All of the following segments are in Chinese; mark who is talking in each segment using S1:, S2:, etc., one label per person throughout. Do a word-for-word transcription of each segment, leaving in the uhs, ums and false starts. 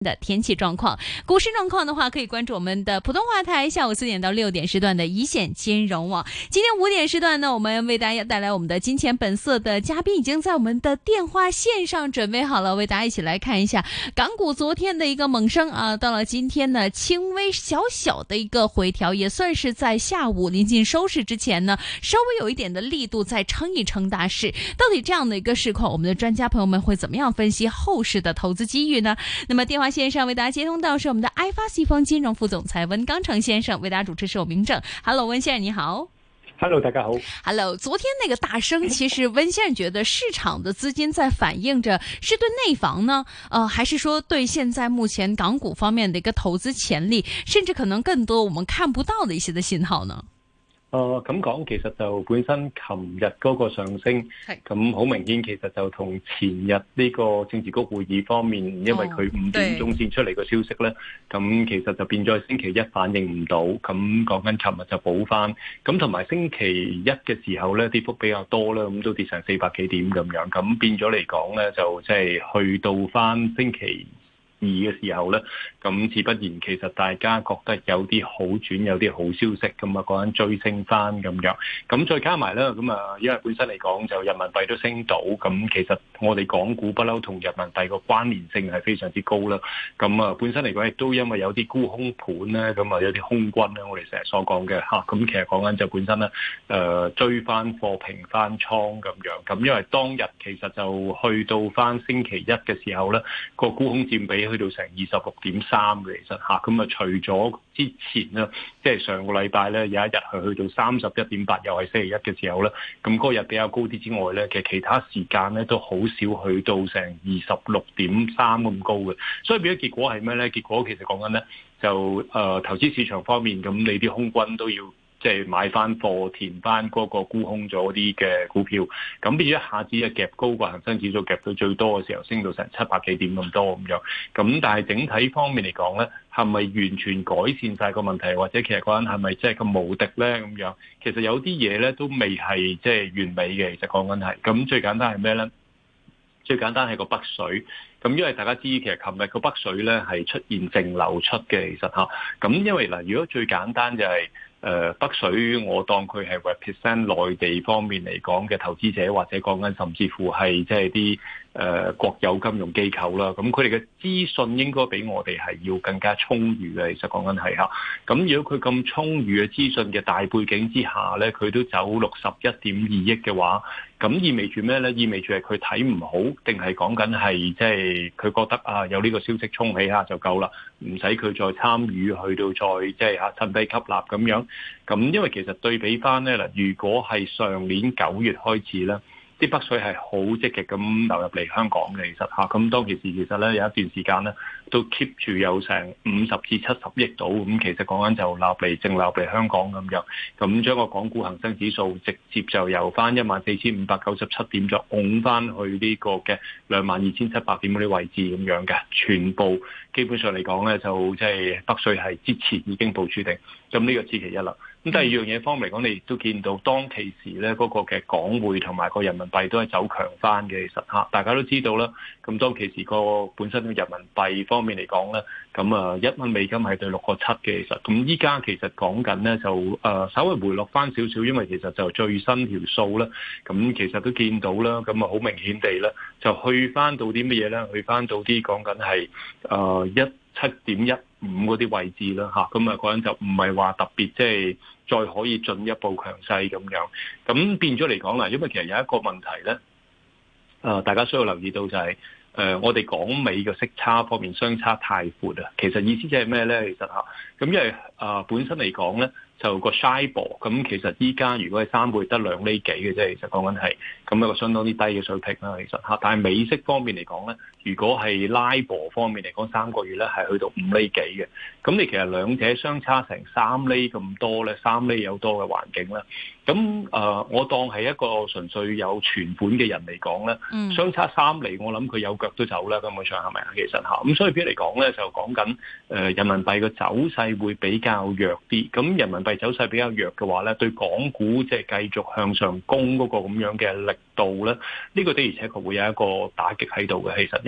S1: 的天气状况，股市状况的话，可以关注我们的普通话台下午四点到六点时段的一线金融网。今天五点时段呢，我们为大家带来我们的金钱本色的嘉宾已经在我们的电话线上准备好了，为大家一起来看一下港股昨天的一个猛升啊，到了今天呢，轻微小小的一个回调，也算是在下午临近收市之前呢，稍微有一点的力度在撑一撑大市。到底这样的一个市况，我们的专家朋友们会怎么样分析后市的投资机遇呢？那么电话线上为大家接通到是我们的爱发西方金融副总裁温刚成先生，为大家主持是我明正。Hello， 温先生你好。
S2: Hello， 大家好。
S1: Hello， 昨天那个大升，其实温先生觉得市场的资金在反映着是对内房呢，呃，还是说对现在目前港股方面的一个投资潜力，甚至可能更多我们看不到的一些的信號呢？
S2: 誒咁講，其實就本身琴日嗰個上升，咁好明顯其實就同前日呢個政治局會議方面，因為佢五點鐘先出嚟個消息咧，咁、哦、其實就變咗星期一反應唔到，咁講緊琴日就補翻，咁同埋星期一嘅時候咧跌幅比較多啦，咁都跌成四百幾點咁樣，咁變咗嚟講咧就即係去到翻星期二嘅時候咧，咁自不然其實大家覺得有啲好轉，有啲好消息咁啊，嗰陣追升翻咁樣，咁再加埋咧，咁啊，因為本身嚟講就人民幣都升到，咁其實我哋港股不嬲同人民幣個關聯性係非常之高啦。咁啊，本身嚟講亦都因為有啲沽空盤咧，咁啊有啲空軍咧，我哋成日所講嘅嚇，咁其實講緊就本身咧，誒、呃、追翻貨平翻倉咁樣，咁因為當日其實就去到翻星期一嘅時候咧，個沽空佔比去到成二十六點三嘅，其實嚇，咁啊除咗之前咧，即係上個禮拜咧有一日係去到三十一點八，又係星期一嘅時候咧，咁嗰日比較高啲之外咧，其實其他時間咧都好少去到成二十六點三咁高嘅，所以變咗結果係咩咧？結果其實講緊咧就誒、呃、投資市場方面，咁你啲空軍都要即係買翻貨填翻嗰個沽空咗啲嘅股票，咁變咗一下子一夾高個恒生指數夾到最多嘅時候，升到成七百幾點咁多咁樣。咁但係整體方面嚟講咧，係咪完全改善晒個問題，或者其實嗰陣係咪即係咁無敵咧咁樣？其實有啲嘢咧都未係即係完美嘅，其實講緊係。咁最簡單係咩咧？最簡單係個北水。咁因為大家知其實琴日個北水咧係出現淨流出嘅，其實嚇。咁因為嗱，如果最簡單就係、是。誒、呃、北水，我當佢係 represent 內地方面嚟講嘅投資者，或者講緊甚至乎係即係啲誒國有金融機構啦。咁佢哋嘅資訊應該比我哋係要更加充裕嘅。其實講緊係嚇。咁如果佢咁充裕嘅資訊嘅大背景之下咧，佢都走六十一點二億嘅話，咁意味住咩咧？意味住係佢睇唔好，定係講緊係即係佢覺得啊有呢個消息衝起下就夠啦，唔使佢再參與去到再即係嚇趁低吸納咁樣。咁因為其實對比翻咧嗱，如果係上年九月開始咧，啲北水係好積極咁流入嚟香港嘅，其實嚇，咁當其時其實咧有一段時間咧都 keep 住有成五十至七十億度，咁其實講緊就流嚟淨流嚟香港咁樣，咁將個港股恒生指數直接就由翻一萬四千五百九十七點就拱翻去呢個嘅兩萬二千七百點嗰啲位置咁樣嘅，全部基本上嚟講咧就即係北水係之前已經部署定，咁呢個是其一啦。咁第二樣嘢方面嚟講，你亦都見到當其時咧嗰個嘅港匯同埋個人民幣都係走強翻嘅，其實嚇大家都知道啦。咁當其時個本身嘅人民幣方面嚟講咧，咁啊一蚊美金係對六個七嘅，其實咁依家其實講緊咧就誒稍微回落翻少少，因為其實就最新條數咧，咁其實都見到啦，咁啊好明顯地咧就去翻到啲乜嘢咧？去翻到啲講緊係誒一七點一五嗰啲位置啦嚇，咁啊嗰陣就唔係話特別即係再可以進一步強勢咁樣，咁變咗嚟講啦，因為其實有一個問題咧，誒、呃、大家需要留意到就係、是、誒、呃、我哋港美嘅息差方面相差太闊啊，其實意思即係咩咧？其實嚇，咁因為誒、呃、本身嚟講咧。就個 Shibor 咁，其實依家如果係三個月得兩厘幾嘅啫，其實講緊係咁一個相當之低嘅水平啦。其實嚇，但係美息方面嚟講咧，如果係 Libor 方面嚟講，三個月咧係去到五厘幾嘅。咁你其實兩者相差成三厘咁多咧，三厘有多嘅環境咧。咁誒、呃，我當係一個純粹有存款嘅人嚟講咧，嗯、相差三厘，我諗佢有腳都走啦。根本上係咪啊？其實嚇，咁所以譬如嚟講咧，就講緊誒人民幣嘅走勢會比較弱啲。咁人民幣走勢比較弱嘅話咧，對港股即係繼續向上攻嗰個咁樣嘅力度咧，呢、這個的而且確會有一個打擊喺度嘅。其實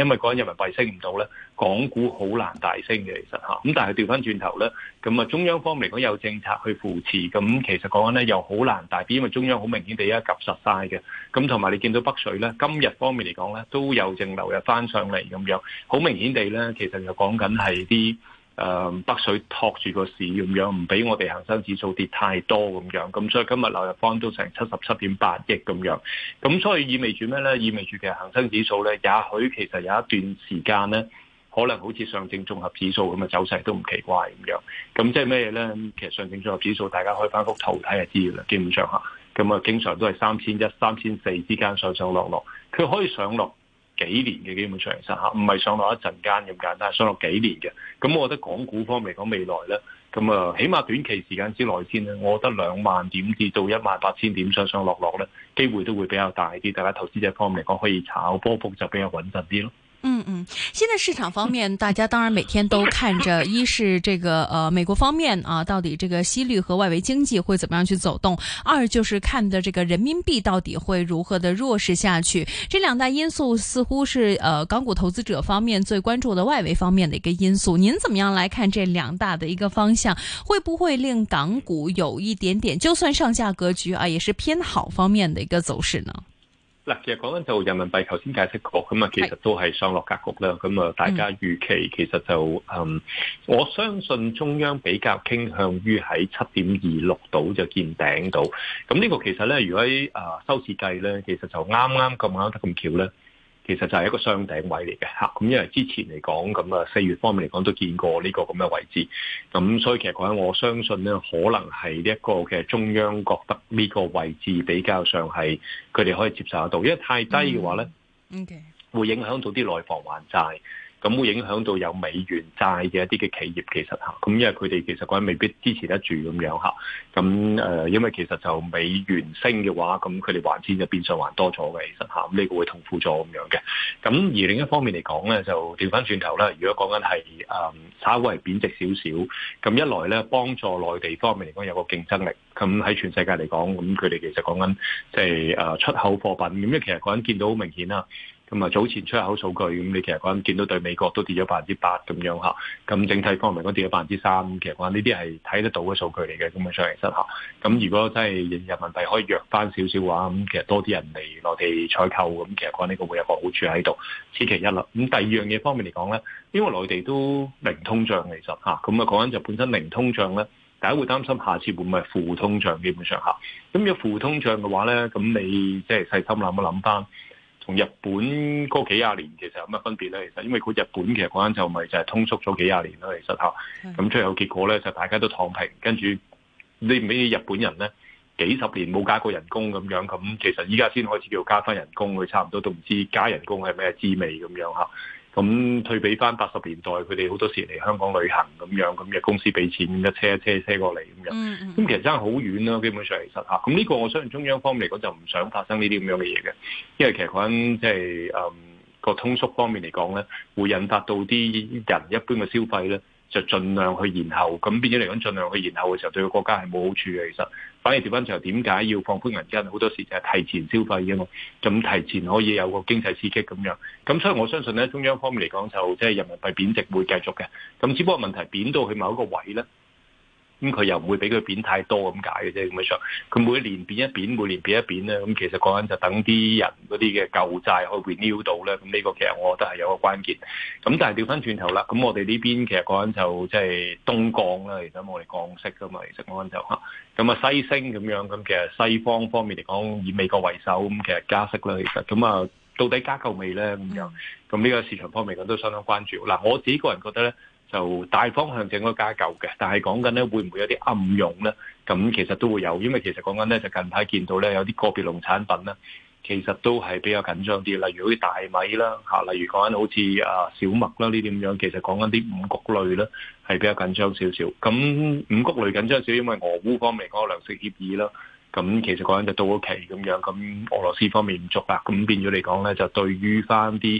S2: 因為嗰陣人民幣升唔到咧，港股好難大升嘅其實嚇。咁但係調翻轉頭咧，咁啊中央方面嚟講有政策去扶持，咁其實講緊咧又好難大跌，因為中央好明顯地一夾實晒嘅。咁同埋你見到北水咧，今日方面嚟講咧都有淨流入翻上嚟咁樣，好明顯地咧，其實就講緊係啲誒北水托住個市咁樣，唔俾我哋恒生指數跌太多咁樣，咁所以今日流入方都成七十七點八億咁樣，咁所以意味住咩咧？意味住其實恒生指數咧，也許其實有一段時間咧，可能好似上證綜合指數咁嘅走勢都唔奇怪咁樣。咁即係咩咧？其實上證綜合指數大家可以翻幅圖睇就知㗎啦，基本上嚇，咁啊經常都係三千一、三千四之間上上落落，佢可以上落幾年嘅，基本上其實嚇，唔係上落一陣間咁簡單，上落幾年嘅。咁我覺得港股方面嚟講未來咧，咁啊起碼短期時間之內先咧，我覺得兩萬點至到一萬八千點上上落落咧，機會都會比較大啲。大家投資者方面嚟講，可以炒波幅就比較穩陣啲咯。
S1: 嗯嗯，現在市場方面，大家當然每天都看着，一是這個呃美國方面啊，到底這個息率和外圍經濟會怎麼樣去走動；二就是看的這個人民幣到底會如何的弱勢下去。這兩大因素似乎是呃港股投資者方面最關注的外圍方面的一個因素。您怎麼樣來看這兩大的一個方向？會不會令港股有一點點，就算上下格局啊，也是偏好方面的一個走勢呢？
S2: 嗱，其實講緊就人民幣，頭先解釋過，咁啊，其實都係上落格局啦。咁啊，大家預期其實就嗯，我相信中央比較傾向於喺七點二六度就見頂到。咁呢個其實咧，如果喺啊收市計咧，其實就啱啱咁啱得咁巧咧。其實就係一個雙頂位嚟嘅嚇，咁因為之前嚟講，咁啊四月方面嚟講都見過呢個咁嘅位置，咁所以其實講緊我相信咧，可能係一個嘅中央覺得呢個位置比較上係佢哋可以接受得到，因為太低嘅話咧，嗯 okay. 會影響到啲內房還債。咁會影響到有美元債嘅一啲嘅企業，其實嚇，咁因為佢哋其實講緊未必支持得住咁樣嚇，咁誒，因為其實就美元升嘅話，咁佢哋還錢就變相還多咗嘅，其實嚇，咁呢個會痛苦咗咁樣嘅。咁而另一方面嚟講咧，就調翻轉頭啦，如果講緊係誒稍微貶值少少，咁一來咧幫助內地方面嚟講有個競爭力，咁喺全世界嚟講，咁佢哋其實講緊即係誒出口貨品，咁因為其實講緊見到好明顯啦。咁啊，早前出口數據，咁你其實講緊見到對美國都跌咗百分之八咁樣嚇，咁整體方面講跌咗百分之三，其實講緊呢啲係睇得到嘅數據嚟嘅，咁啊上嚟失嚇。咁如果真係人民幣可以弱翻少少嘅話，咁其實多啲人嚟內地採購，咁其實講呢個會有個好處喺度，此其一啦。咁第二樣嘢方面嚟講咧，因為內地都零通脹其實嚇，咁啊講緊就本身零通脹咧，大家會擔心下次會唔會係負通脹，基本上嚇。咁如果負通脹嘅話咧，咁你即係細心諗一諗翻。同日本嗰幾廿年其實有乜分別咧？其實因為佢日本其實嗰陣就咪就係通縮咗幾廿年啦，其實嚇。咁最後結果咧就大家都躺平，跟住你唔俾日本人咧幾十年冇加過人工咁樣，咁其實依家先開始叫加翻人工，佢差唔多都唔知加人工係咩滋味咁樣嚇。咁退俾翻八十年代，佢哋好多時嚟香港旅行咁樣，咁嘅公司俾錢一車一車車過嚟咁樣。咁、嗯嗯、其實真係好遠啦，基本上其實嚇。咁呢個我相信中央方面嚟講就唔想發生呢啲咁樣嘅嘢嘅，因為其實講緊即係誒個通縮方面嚟講咧，會引發到啲人一般嘅消費咧，就盡量去延後。咁變咗嚟講，盡量去延後嘅時候，對個國家係冇好處嘅。其實反而調翻轉頭，點解要放寬銀根？好多時就係提前消費嘅嘛，咁提前可以有個經濟刺激咁樣。咁所以我相信咧，中央方面嚟講就即係人民幣貶值會繼續嘅。咁只不過問題貶到去某一個位咧。咁佢又唔會俾佢貶太多咁解嘅啫，咁樣上佢每年貶一貶，每年貶一貶咧，咁其實講緊就等啲人嗰啲嘅舊債可以 renew 到咧，咁呢個其實我覺得係有個關鍵。咁但係調翻轉頭啦，咁我哋呢邊其實講緊就即係東降啦，其實我哋降息噶嘛，其實講緊就嚇，咁啊西升咁樣，咁其實西方方面嚟講以美國為首，咁其實加息啦，其實咁啊到底加夠未咧咁樣？咁呢個市場方面我都相當關注。嗱，我自己個人覺得咧。就大方向整個加夠嘅，但係講緊咧會唔會有啲暗湧咧？咁其實都會有，因為其實講緊咧就近排見到咧有啲個別農產品咧，其實都係比較緊張啲，例如好似大米啦嚇，例如講緊好似啊小麥啦呢啲咁樣，其實講緊啲五穀類咧係比較緊張少少。咁五穀類緊張少少，因為俄烏方面講個糧食協議啦，咁其實講緊就到咗期咁樣，咁俄羅斯方面唔足啦，咁變咗嚟講咧就對於翻啲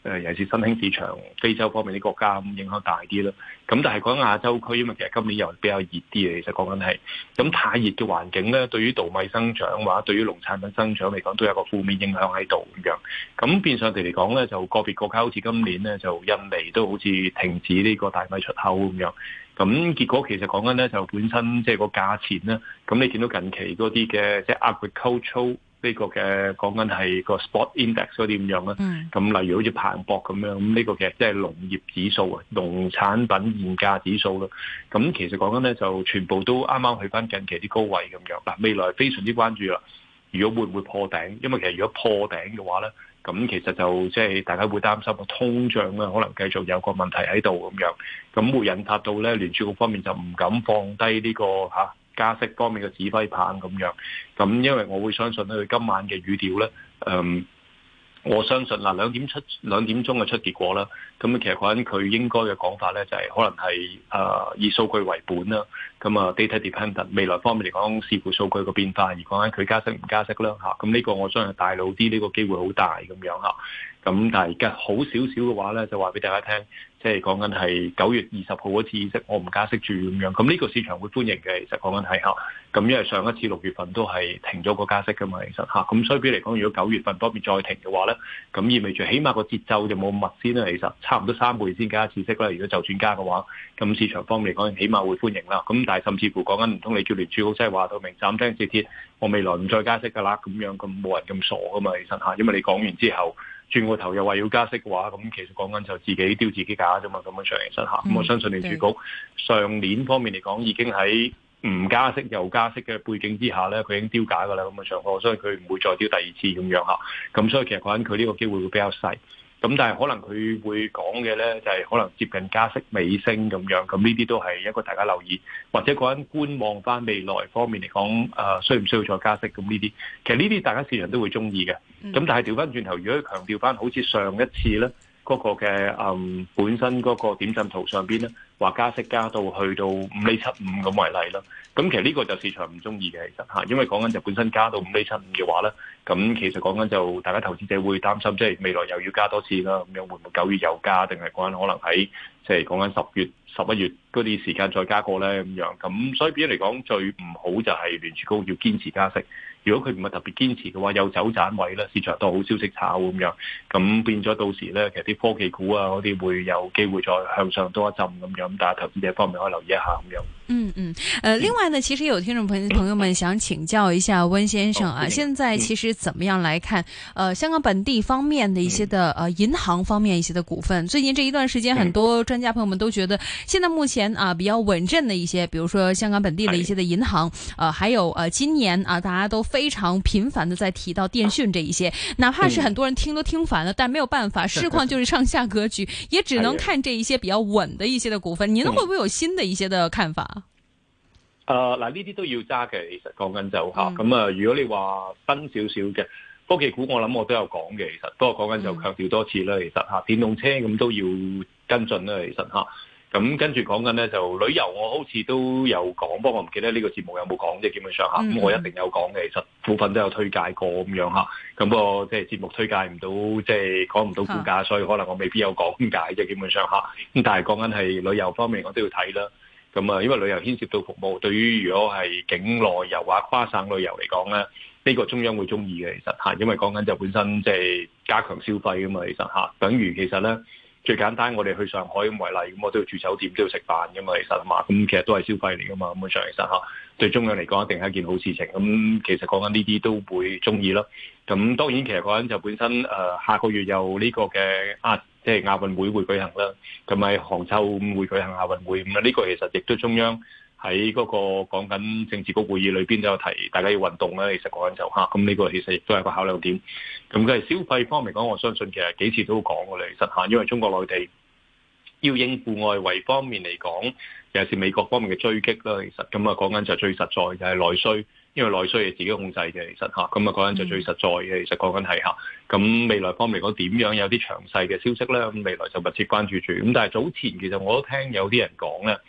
S2: 誒尤其是新興市場、非洲方面啲國家咁影響大啲啦。咁但係講亞洲區，因為其實今年又比較熱啲嘅，其實講緊係咁太熱嘅環境咧，對於稻米生長或者對於農產品生長嚟講，都有一個負面影響喺度咁樣。咁變相地嚟講咧，就個別國家好似今年咧，就印尼都好似停止呢個大米出口咁樣。咁結果其實講緊咧，就本身即係個價錢咧，咁你見到近期嗰啲嘅即係 agricultural 呢個嘅講緊係個 spot index 嗰啲咁樣啦。咁、嗯、例如好似彭博咁樣，咁呢個其實即係農業指數啊，農產品現價指數啦。咁其實講緊咧就全部都啱啱去翻近期啲高位咁樣。嗱，未來非常之關注啦。如果會唔會破頂？因為其實如果破頂嘅話咧，咁其實就即係大家會擔心個通脹咧，可能繼續有個問題喺度咁樣，咁會引發到咧聯儲局方面就唔敢放低呢、這個嚇、啊、加息方面嘅指揮棒咁樣。咁因為我會相信咧，佢今晚嘅語調咧，嗯。我相信嗱兩點出兩點鐘嘅出結果啦，咁其實講緊佢應該嘅講法咧，就係可能係誒、呃、以數據為本啦，咁啊 data dependent 未來方面嚟講視乎數據個變化而講緊佢加息唔加息啦嚇，咁呢個我相信大路啲呢個機會好大咁樣嚇，咁但係而家好少少嘅話咧，就話俾大家聽，即係講緊係九月二十號嗰次議息，我唔加息住咁樣，咁呢個市場會歡迎嘅，其實講緊係嚇，咁因為上一次六月份都係停咗個加息噶嘛，其實嚇，咁所以比嚟講，如果九月份方面再停嘅話咧，咁意味住起碼個節奏就冇咁密先啦，其實差唔多三個月先加一次息啦。如果就算加嘅話，咁市場方面嚟講，起碼會歡迎啦。咁但係甚至乎講緊唔通你叫聯儲局即係話到明斬釘截鐵，我未來唔再加息噶啦，咁樣咁冇人咁傻噶嘛，其實嚇，因為你講完之後轉個頭又話要加息嘅話，咁其實講緊就自己丟自己架啫嘛，咁樣上其實嚇。咁、嗯、我相信聯儲局上年方面嚟講已經喺唔加息又加息嘅背景之下咧，佢已經丟架噶啦，咁嘅上課，所以佢唔會再丟第二次咁樣嚇。咁所以其實講緊佢呢個機會會比較細。咁但係可能佢會講嘅咧，就係、是、可能接近加息尾聲咁樣。咁呢啲都係一個大家留意，或者講緊觀望翻未來方面嚟講，誒、呃、需唔需要再加息？咁呢啲其實呢啲大家市場都會中意嘅。咁、嗯、但係調翻轉頭，如果強調翻好似上一次咧嗰、那個嘅誒、嗯、本身嗰個點陣圖上邊咧，話加息加到去到五厘七五咁為例啦。咁其實呢個就市場唔中意嘅，其實嚇，因為講緊就本身加到五厘七五嘅話咧，咁其實講緊就大家投資者會擔心，即係未來又要加多次啦，咁樣會唔會九月又加，定係講緊可能喺即係講緊十月、十一月嗰啲時間再加過咧咁樣。咁所以變咗嚟講，最唔好就係聯儲局要堅持加息。如果佢唔係特別堅持嘅話，有走盞位咧，市場都好消息炒咁樣，咁變咗到時咧，其實啲科技股啊嗰啲會有機會再向上多一陣咁樣，但係投資者方面可以留意一下咁樣。
S1: 嗯嗯，呃，另外呢，其實有聽眾朋朋友們想請教一下溫先生啊，現在其實怎麼樣來看，呃，香港本地方面的一些的呃銀行方面一些的股份，最近這一段時間，很多專家朋友們都覺得，現在目前啊比較穩陣的一些，比如說香港本地的一些的銀行，呃，還有呃今年啊大家都非常頻繁的在提到電訊這一些，哪怕是很多人聽都聽煩了，但沒有辦法，市況就是上下格局，也只能看這一些比較穩的一些的股份。您會不會有新的一些的看法？
S2: 誒嗱，呢啲都要揸嘅，其實講緊就嚇咁啊！如果你話新少少嘅科技股，我諗我都有講嘅，其實不過講緊就強調多次啦，其實嚇電動車咁都要跟進啦，其實嚇咁跟住講緊咧就旅遊，我好似都有講，不過我唔記得呢個節目有冇講，即係基本上嚇咁我一定有講嘅，其實股份都有推介過咁樣嚇，咁不過即係節目推介唔到，即係講唔到股價，所以可能我未必有講解啫，基本上嚇咁，但係講緊係旅遊方面，我都要睇啦。咁啊，因為旅遊牽涉到服務，對於如果係境內遊或跨省旅遊嚟講咧，呢個中央會中意嘅，其實嚇，因為講緊就本身即係加強消費噶嘛，其實嚇，等於其實咧最簡單，我哋去上海咁為例，咁我都要住酒店，都要食飯噶嘛，其實係嘛，咁其實都係消費嚟噶嘛，咁上其實嚇，對中央嚟講一定係一件好事情。咁其實講緊呢啲都會中意啦。咁當然其實講緊就本身誒、呃、下個月有呢個嘅啊。即係亞運會會舉行啦，咁喺杭州會舉行亞運會，咁啊呢個其實亦都中央喺嗰個講緊政治局會議裏邊都有提，大家要運動啦。其實講緊就嚇，咁呢個其實亦都係個考量點。咁佢係消費方面講，我相信其實幾次都講過啦。其實嚇，因為中國內地要應付外圍方面嚟講，尤其是美國方面嘅追擊啦。其實咁啊講緊就最實在就係內需。因為內需係自己控制嘅，其實嚇，咁啊講緊就最實在嘅，其實講緊係嚇。咁未來方面嚟講點樣有啲詳細嘅消息咧？咁未來就密切關注住。咁但係早前其實我都聽有啲人講咧，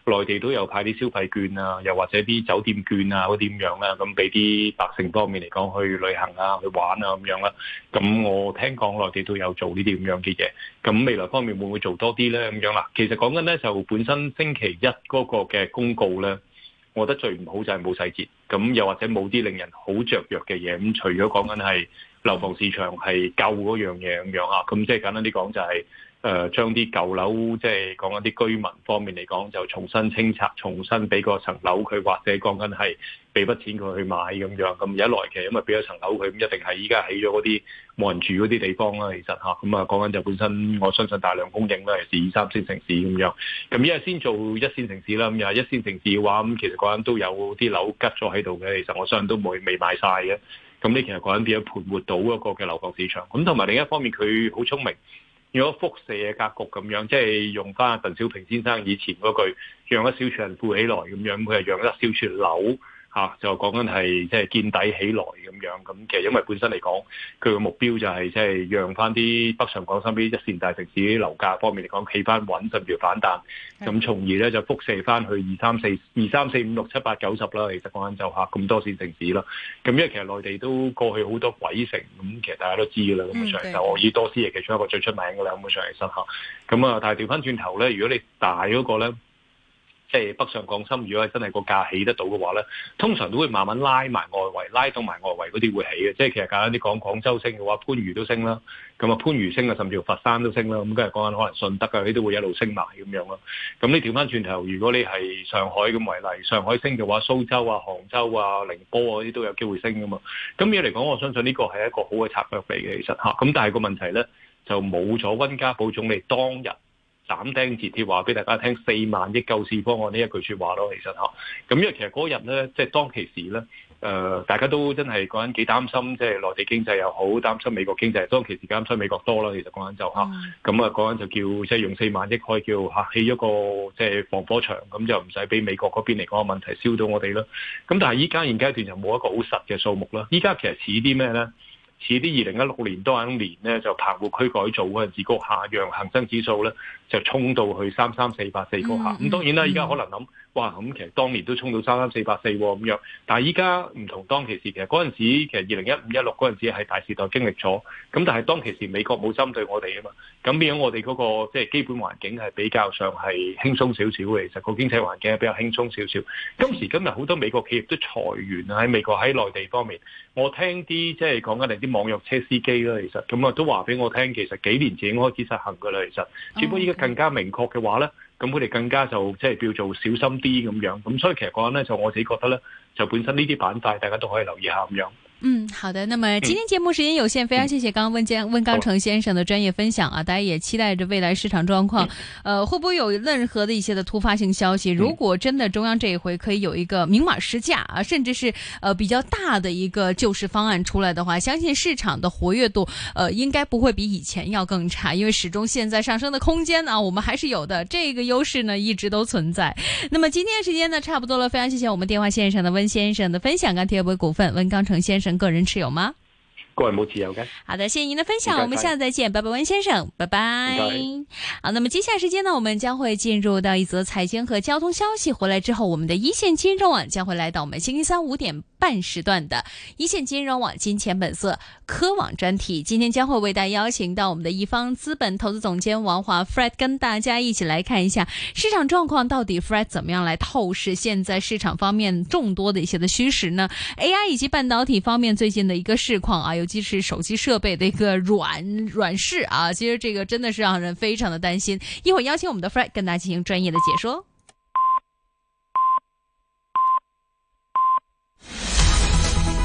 S2: 內地都有派啲消費券啊，又或者啲酒店券啊嗰啲咁樣啦，咁俾啲百姓方面嚟講去旅行啊、去玩啊咁樣啦。咁我聽講內地都有做呢啲咁樣嘅嘢，咁未來方面會唔會做多啲咧咁樣啦？其實講緊咧就本身星期一嗰個嘅公告咧，我覺得最唔好就係冇細節，咁又或者冇啲令人好雀躍嘅嘢。咁除咗講緊係樓房市場係救嗰樣嘢咁樣啊，咁即係簡單啲講就係、是。誒、呃、將啲舊樓，即係講緊啲居民方面嚟講，就重新清拆，重新俾個層樓佢，或者講緊係俾筆錢佢去買咁樣。咁一來其實因為俾咗層樓佢，咁一定係依家起咗嗰啲冇人住嗰啲地方啦。其實嚇，咁啊講緊就本身我相信大量供應啦，係二三線城市咁樣。咁依家先做一線城市啦，咁又一線城市嘅話，咁其實講緊都有啲樓吉咗喺度嘅。其實我相信都未未賣晒嘅。咁呢其實講緊變咗盤活到嗰個嘅樓房市場。咁同埋另一方面，佢好聰明。如果輻射嘅格局咁樣，即係用翻阿鄧小平先生以前嗰句，讓一小撮人富起來咁樣，佢係讓一小撮樓嚇，就講緊係即係見底起來咁樣。咁其實因為本身嚟講，佢個目標就係即係讓翻啲北上廣深啲一線大城市啲樓價方面嚟講企翻穩，甚至反彈，咁從而咧就輻射翻去二三四、二三四五六七八九十啦。其實講緊就嚇咁多線城市啦。咁因為其實內地都過去好多鬼城，咁其實大家都知㗎啦。咁上嚟就鄂爾多斯係其中一個最出名㗎啦。咁上嚟實嚇，咁啊，但係調翻轉頭咧，如果你大嗰個咧。即係北上廣深，如果係真係個價起得到嘅話咧，通常都會慢慢拉埋外圍，拉到埋外圍嗰啲會起嘅。即係其實簡單啲講，廣州升嘅話，番禺都升啦。咁啊，番禺升啊，甚至乎佛山都升啦。咁跟住講緊可能順德啊，呢啲都會一路升埋咁樣咯。咁你調翻轉頭，如果你係上海咁為例，上海升嘅話，蘇州啊、杭州啊、寧波啊嗰啲都有機會升噶嘛。咁嘢嚟講，我相信呢個係一個好嘅策略嚟嘅，其實嚇。咁但係個問題咧，就冇咗溫家寶總理當日斬釘截鐵話俾大家聽四萬億救市方案呢一句説話咯，其實嚇。咁因為其實嗰日咧，即係當其時咧，誒、呃、大家都真係講緊幾擔心，即係內地經濟又好，擔心美國經濟。當其時擔心美國多啦，其實講緊就嚇。咁啊講緊就叫即係用四萬億可以叫嚇起一個即係防火牆，咁就唔使俾美國嗰邊嚟講個問題燒到我哋啦。咁但係依家現階段就冇一個好實嘅數目啦。依家其實似啲咩咧？似啲二零一六年多一年咧，就棚戶區改造嗰陣時嗰下，讓恒生指數咧就衝到去三三四八四嗰下。咁、嗯、當然啦，依家可能諗，哇咁其實當年都衝到三三四八四咁樣，但係依家唔同當其時，其實嗰陣時其實二零一五一六嗰陣時係大時代經歷咗，咁但係當其時美國冇針對我哋啊嘛，咁變咗我哋嗰、那個即係、就是、基本環境係比較上係輕鬆少少嘅，其實個經濟環境係比較輕鬆少少。今時今日好多美國企業都裁員啊，喺美國喺內地方面，我聽啲即係講緊嚟啲網約車司機啦，其實咁啊都話俾我聽，其實幾年前已經開始實行噶啦，其實只不過依家更加明確嘅話咧，咁佢哋更加就即係叫做小心啲咁樣，咁所以其實講緊咧就我自己覺得咧，就本身呢啲板塊大家都可以留意下咁樣。
S1: 嗯，好的。那麼今天節目時間有限，嗯、非常謝謝剛剛溫江溫鋼城先生的專業分享啊！大家也期待着未來市場狀況，嗯、呃，會不會有任何的一些的突發性消息？如果真的中央這一回可以有一個明碼實價啊，甚至是呃比較大的一個救市方案出來的話，相信市場的活躍度呃應該不會比以前要更差，因為始終現在上升的空間啊，我們還是有的，這個優勢呢一直都存在。那麼今天的時間呢差不多了，非常謝謝我們電話線上的溫先生的分享，鋼鐵股份溫鋼城先生個人持有嗎？
S2: 個人冇持有嘅。
S1: 好的，謝謝您的分享，我們下次再見，拜拜，溫先生，拜拜。好，那麼接下來時間呢，我們將會進入到一則財經和交通消息，回來之後，我們的一線金融網將會來到我們星期三五點半時段的一線金融網金錢本色科網專題。今天將會為大家邀請到我們的一方資本投資總監王華 Fred 跟大家一起來看一下市場狀況，到底 Fred 怎麼樣來透視現在市場方面眾多的一些的虛實呢？ A I 以及半導體方面最近的一個市況啊，尤其是手機設備的一個軟軟勢啊，其實這個真的是讓人非常的擔心。一會兒邀請我們的 Fred 跟大家進行專業的解說。